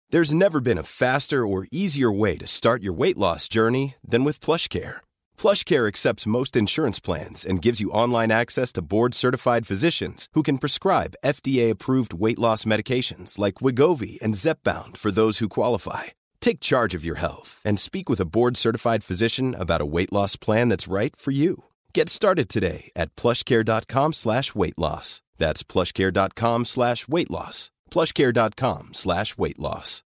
There's never been a faster or easier way to start your weight loss journey than with PlushCare. PlushCare accepts most insurance plans and gives you online access to board-certified physicians who can prescribe FDA-approved weight loss medications like Wegovy and Zepbound for those who qualify. Take charge of your health and speak with a board-certified physician about a weight loss plan that's right for you. Get started today at plushcare.com/weightloss. That's plushcare.com/weightloss. plushcare.com/weightloss.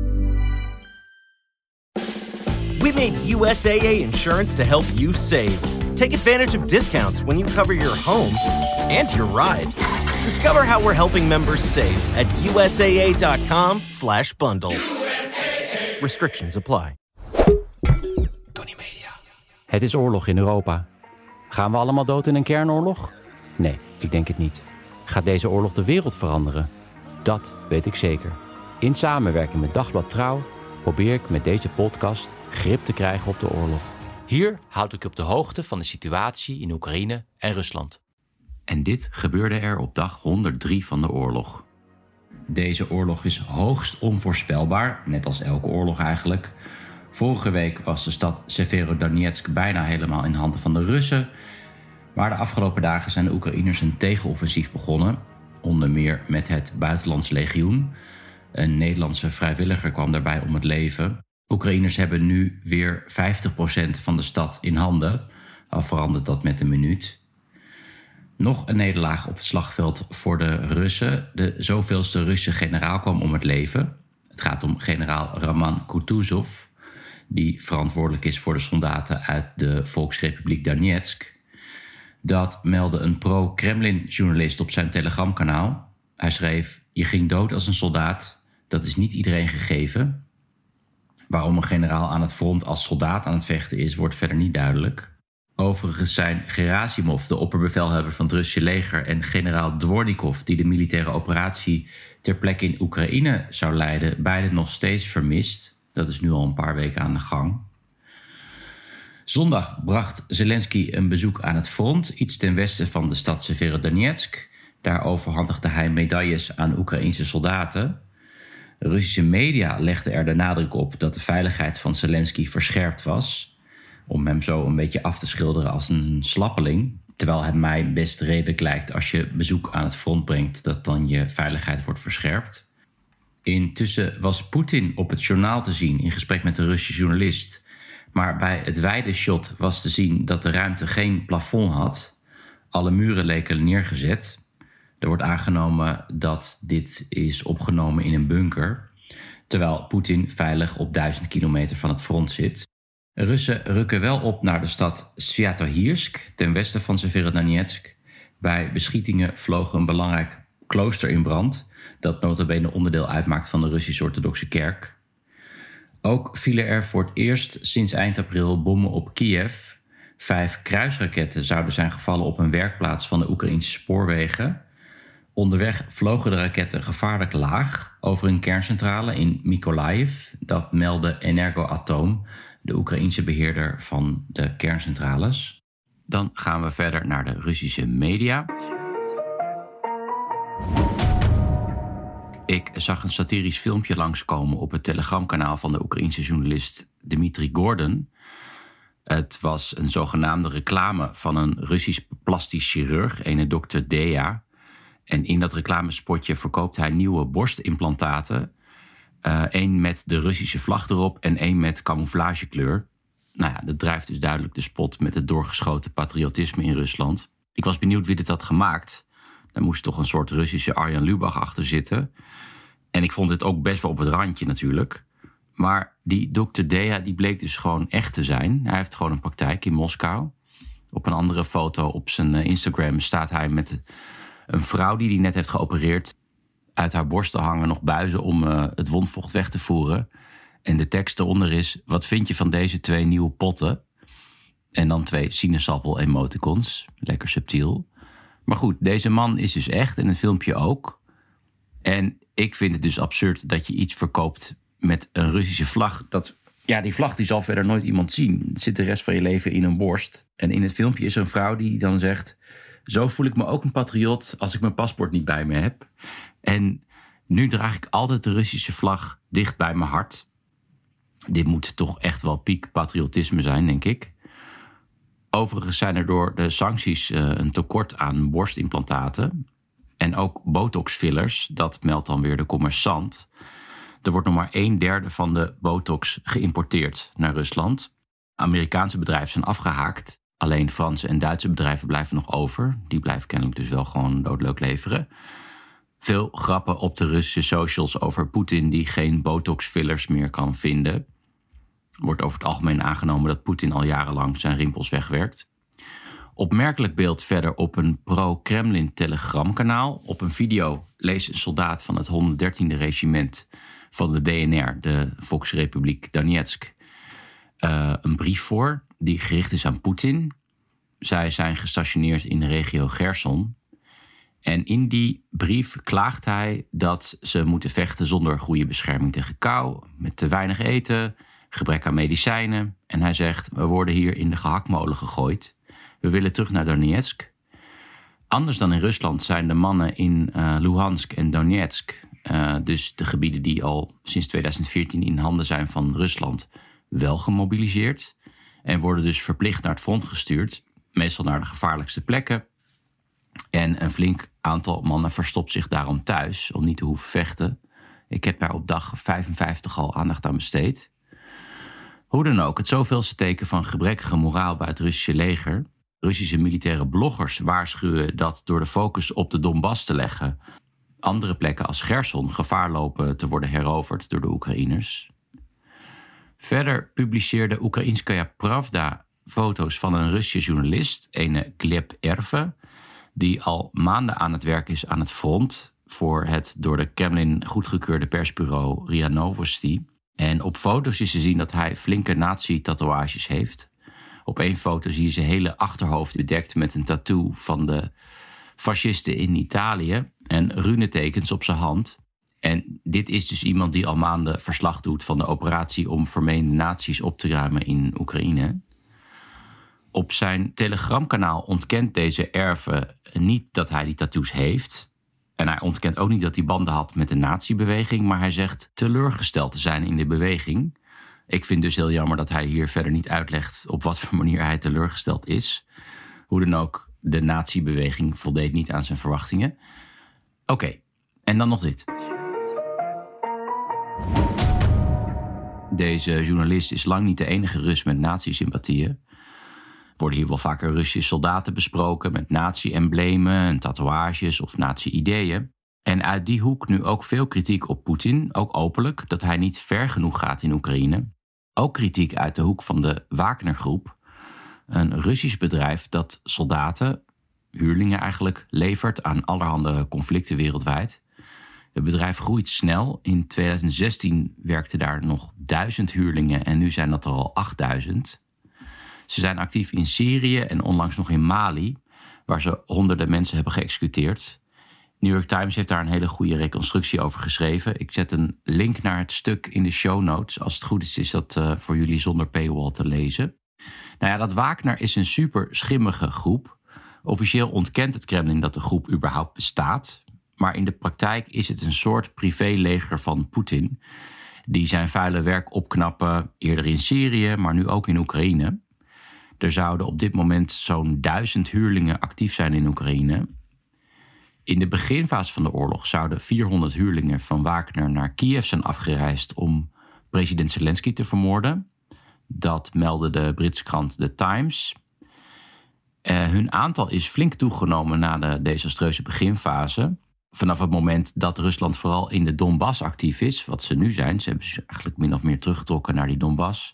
We made USAA Insurance to help you save. Take advantage of discounts when you cover your home and your ride. Discover how we're helping members save at USAA.com/bundle. Restrictions apply. Tony Media. Het is oorlog in Europa. Gaan we allemaal dood in een kernoorlog? Nee, ik denk het niet. Gaat deze oorlog de wereld veranderen? Dat weet ik zeker. In samenwerking met Dagblad Trouw probeer ik met deze podcast grip te krijgen op de oorlog. Hier houd ik op de hoogte van de situatie in Oekraïne en Rusland. En dit gebeurde er op dag 103 van de oorlog. Deze oorlog is hoogst onvoorspelbaar, net als elke oorlog eigenlijk. Vorige week was de stad Severodonetsk bijna helemaal in handen van de Russen. Maar de afgelopen dagen zijn de Oekraïners een tegenoffensief begonnen. Onder meer met het Buitenlands Legioen. Een Nederlandse vrijwilliger kwam daarbij om het leven. Oekraïners hebben nu weer 50% van de stad in handen. Al verandert dat met een minuut. Nog een nederlaag op het slagveld voor de Russen. De zoveelste Russische generaal kwam om het leven. Het gaat om generaal Roman Kutuzov, die verantwoordelijk is voor de soldaten uit de Volksrepubliek Donetsk. Dat meldde een pro-Kremlin-journalist op zijn Telegramkanaal. Hij schreef: "Je ging dood als een soldaat. Dat is niet iedereen gegeven." Waarom een generaal aan het front als soldaat aan het vechten is, wordt verder niet duidelijk. Overigens zijn Gerasimov, de opperbevelhebber van het Russische leger, en generaal Dvornikov, die de militaire operatie ter plekke in Oekraïne zou leiden, beide nog steeds vermist. Dat is nu al een paar weken aan de gang. Zondag bracht Zelensky een bezoek aan het front, iets ten westen van de stad Severodonetsk. Daar overhandigde hij medailles aan Oekraïense soldaten. Russische media legden er de nadruk op dat de veiligheid van Zelensky verscherpt was, om hem zo een beetje af te schilderen als een slappeling. Terwijl het mij best redelijk lijkt als je bezoek aan het front brengt, dat dan je veiligheid wordt verscherpt. Intussen was Poetin op het journaal te zien in gesprek met een Russische journalist. Maar bij het wijde shot was te zien dat de ruimte geen plafond had. Alle muren leken neergezet. Er wordt aangenomen dat dit is opgenomen in een bunker, terwijl Poetin veilig op 1000 kilometer van het front zit. Russen rukken wel op naar de stad Sviatohirsk, ten westen van Severodonetsk. Bij beschietingen vloog een belangrijk klooster in brand, dat nota bene onderdeel uitmaakt van de Russisch-orthodoxe kerk. Ook vielen er voor het eerst sinds eind april bommen op Kiev. 5 kruisraketten zouden zijn gevallen op een werkplaats van de Oekraïnse spoorwegen. Onderweg vlogen de raketten gevaarlijk laag over een kerncentrale in Mykolaiv. Dat meldde Energoatom, de Oekraïense beheerder van de kerncentrales. Dan gaan we verder naar de Russische media. Ik zag een satirisch filmpje langskomen op het Telegramkanaal van de Oekraïense journalist Dmitry Gordon. Het was een zogenaamde reclame van een Russisch plastisch chirurg, ene dokter Dea. En in dat reclamespotje verkoopt hij nieuwe borstimplantaten. Eén met de Russische vlag erop en één met camouflagekleur. Nou ja, dat drijft dus duidelijk de spot met het doorgeschoten patriotisme in Rusland. Ik was benieuwd wie dit had gemaakt. Daar moest toch een soort Russische Arjan Lubach achter zitten. En ik vond dit ook best wel op het randje natuurlijk. Maar die dokter Dea die bleek dus gewoon echt te zijn. Hij heeft gewoon een praktijk in Moskou. Op een andere foto op zijn Instagram staat hij met een vrouw die hij net heeft geopereerd. Uit haar borsten hangen nog buizen om het wondvocht weg te voeren. En de tekst eronder is: wat vind je van deze 2 nieuwe potten? En dan 2 sinaasappel-emoticons. Lekker subtiel. Maar goed, deze man is dus echt en het filmpje ook. En ik vind het dus absurd dat je iets verkoopt met een Russische vlag. Die vlag die zal verder nooit iemand zien. Het zit de rest van je leven in een borst. En in het filmpje is er een vrouw die dan zegt: zo voel ik me ook een patriot als ik mijn paspoort niet bij me heb. En Nu draag ik altijd de Russische vlag dicht bij mijn hart. Dit moet toch echt wel piek patriotisme zijn, denk ik. Overigens zijn er door de sancties een tekort aan borstimplantaten. En ook botox-fillers, dat meldt dan weer de Kommersant. Er wordt nog maar 1/3 van de botox geïmporteerd naar Rusland. Amerikaanse bedrijven zijn afgehaakt. Alleen Franse en Duitse bedrijven blijven nog over. Die blijven kennelijk dus wel gewoon doodleuk leveren. Veel grappen op de Russische socials over Poetin die geen botox-fillers meer kan vinden. Wordt over het algemeen aangenomen dat Poetin al jarenlang zijn rimpels wegwerkt. Opmerkelijk beeld verder op een pro-Kremlin telegramkanaal. Op een video leest een soldaat van het 113e regiment van de DNR, de Volksrepubliek Donetsk, een brief voor die gericht is aan Poetin. Zij zijn gestationeerd in de regio Gerson. En in die brief klaagt hij dat ze moeten vechten zonder goede bescherming tegen kou, met te weinig eten, gebrek aan medicijnen. En hij zegt, we worden hier in de gehaktmolen gegooid. We willen terug naar Donetsk. Anders dan in Rusland zijn de mannen in Luhansk en Donetsk, dus de gebieden die al sinds 2014 in handen zijn van Rusland, wel gemobiliseerd. En worden dus verplicht naar het front gestuurd, meestal naar de gevaarlijkste plekken. En een flink aantal mannen verstopt zich daarom thuis om niet te hoeven vechten. Ik heb daar op dag 55 al aandacht aan besteed. Hoe dan ook, het zoveelste teken van gebrekkige moraal bij het Russische leger. Russische militaire bloggers waarschuwen dat door de focus op de Donbass te leggen andere plekken als Gerson gevaar lopen te worden heroverd door de Oekraïners. Verder publiceerde Oekraïnskaya Pravda foto's van een Russische journalist, ene Gleb Erve, die al maanden aan het werk is aan het front voor het door de Kremlin goedgekeurde persbureau RIA Novosti. En op foto's is te zien dat hij flinke nazi-tatoeages heeft. Op één foto zie je zijn hele achterhoofd bedekt met een tattoo van de fascisten in Italië en runetekens op zijn hand. En dit is dus iemand die al maanden verslag doet van de operatie om vermeende nazi's op te ruimen in Oekraïne. Op zijn telegramkanaal ontkent deze Erve niet dat hij die tattoos heeft. En hij ontkent ook niet dat hij banden had met de nazi-beweging, maar hij zegt teleurgesteld te zijn in de beweging. Ik vind dus heel jammer dat hij hier verder niet uitlegt op wat voor manier hij teleurgesteld is. Hoe dan ook, de nazi-beweging voldeed niet aan zijn verwachtingen. Oké, en dan nog dit. Deze journalist is lang niet de enige Rus met nazi-sympathieën. Er worden hier wel vaker Russische soldaten besproken met nazi-emblemen en tatoeages of nazi-ideeën. En uit die hoek nu ook veel kritiek op Poetin, ook openlijk, dat hij niet ver genoeg gaat in Oekraïne. Ook kritiek uit de hoek van de Wagner-groep, een Russisch bedrijf dat soldaten, huurlingen eigenlijk, levert aan allerhande conflicten wereldwijd. Het bedrijf groeit snel. In 2016 werkten daar nog 1000 huurlingen en nu zijn dat er al 8000. Ze zijn actief in Syrië en onlangs nog in Mali, waar ze honderden mensen hebben geëxecuteerd. New York Times heeft daar een hele goede reconstructie over geschreven. Ik zet een link naar het stuk in de show notes. Als het goed is dat voor jullie zonder paywall te lezen. Nou ja, dat Wagner is een super schimmige groep. Officieel ontkent het Kremlin dat de groep überhaupt bestaat. Maar in de praktijk is het een soort privéleger van Poetin, die zijn vuile werk opknappen, eerder in Syrië, maar nu ook in Oekraïne. Er zouden op dit moment zo'n 1000 huurlingen actief zijn in Oekraïne. In de beginfase van de oorlog zouden 400 huurlingen van Wagner naar Kiev zijn afgereisd om president Zelensky te vermoorden. Dat meldde de Britse krant The Times. Hun aantal is flink toegenomen na de desastreuze beginfase. Vanaf het moment dat Rusland vooral in de Donbass actief is, wat ze nu zijn, ze hebben zich eigenlijk min of meer teruggetrokken naar die Donbass,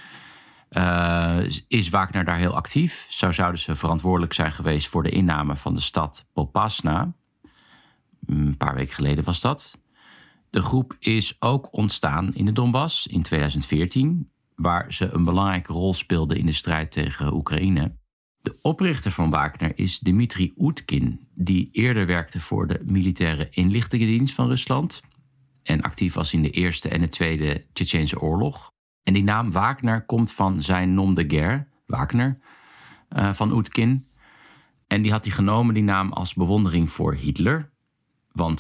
is Wagner daar heel actief. Zo zouden ze verantwoordelijk zijn geweest voor de inname van de stad Popasna. Een paar weken geleden was dat. De groep is ook ontstaan in de Donbass in 2014, waar ze een belangrijke rol speelden in de strijd tegen Oekraïne. De oprichter van Wagner is Dmitri Utkin, die eerder werkte voor de militaire inlichtingendienst van Rusland en actief was in de Eerste en de Tweede Tsjetsjeense oorlog. En die naam Wagner komt van zijn nom de guerre, Wagner, van Utkin. En die had hij genomen, die naam, als bewondering voor Hitler. Want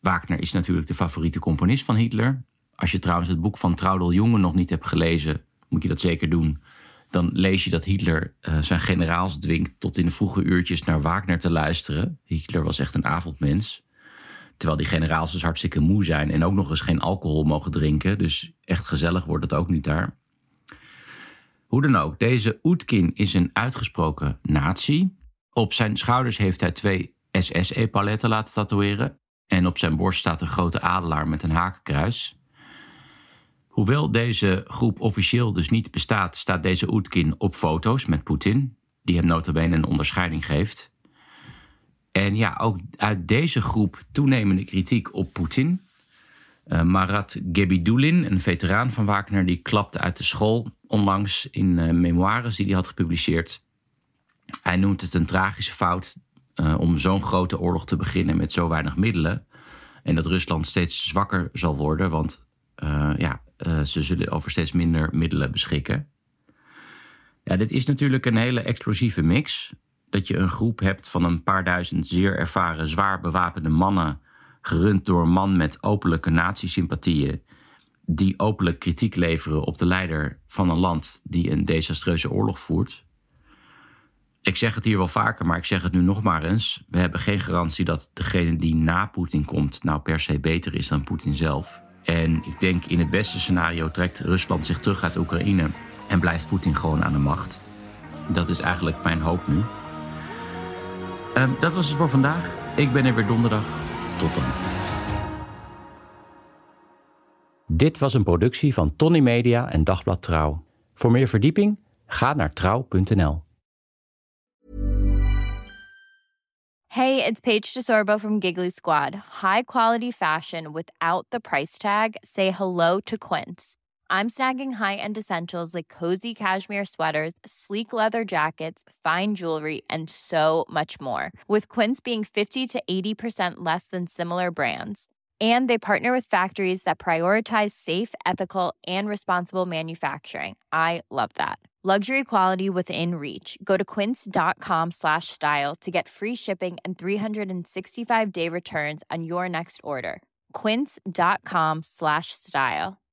Wagner is natuurlijk de favoriete componist van Hitler. Als je trouwens het boek van Traudel Junge nog niet hebt gelezen, moet je dat zeker doen. Dan lees je dat Hitler zijn generaals dwingt tot in de vroege uurtjes naar Wagner te luisteren. Hitler was echt een avondmens. Terwijl die generaals dus hartstikke moe zijn en ook nog eens geen alcohol mogen drinken. Dus echt gezellig wordt het ook niet daar. Hoe dan ook, deze Oetkin is een uitgesproken nazi. Op zijn schouders heeft hij 2 SS-epauletten laten tatoeëren. En op zijn borst staat een grote adelaar met een hakenkruis. Hoewel deze groep officieel dus niet bestaat, staat deze Oetkin op foto's met Poetin, die hem nota bene een onderscheiding geeft. En ja, ook uit deze groep toenemende kritiek op Poetin. Marat Gebidulin, een veteraan van Wagner, die klapte uit de school onlangs in memoires die hij had gepubliceerd. Hij noemt het een tragische fout om zo'n grote oorlog te beginnen met zo weinig middelen. En dat Rusland steeds zwakker zal worden, want ze zullen over steeds minder middelen beschikken. Ja, dit is natuurlijk een hele explosieve mix. Dat je een groep hebt van een paar duizend zeer ervaren, zwaar bewapende mannen, gerund door een man met openlijke nazi-sympathieën, die openlijk kritiek leveren op de leider van een land die een desastreuze oorlog voert. Ik zeg het hier wel vaker, maar ik zeg het nu nog maar eens. We hebben geen garantie dat degene die na Poetin komt nou per se beter is dan Poetin zelf. En ik denk in het beste scenario trekt Rusland zich terug uit Oekraïne en blijft Poetin gewoon aan de macht. Dat is eigenlijk mijn hoop nu. Dat was het voor vandaag. Ik ben er weer donderdag. Tot dan. Dit was een productie van Tony Media en Dagblad Trouw. Voor meer verdieping, ga naar trouw.nl. Hey, it's Paige DeSorbo from Giggly Squad. High quality fashion without the price tag. Say hello to Quince. I'm snagging high-end essentials like cozy cashmere sweaters, sleek leather jackets, fine jewelry, and so much more. With Quince being 50 to 80% less than similar brands. And they partner with factories that prioritize safe, ethical, and responsible manufacturing. I love that. Luxury quality within reach. Go to quince.com/style to get free shipping and 365-day returns on your next order. Quince.com/style.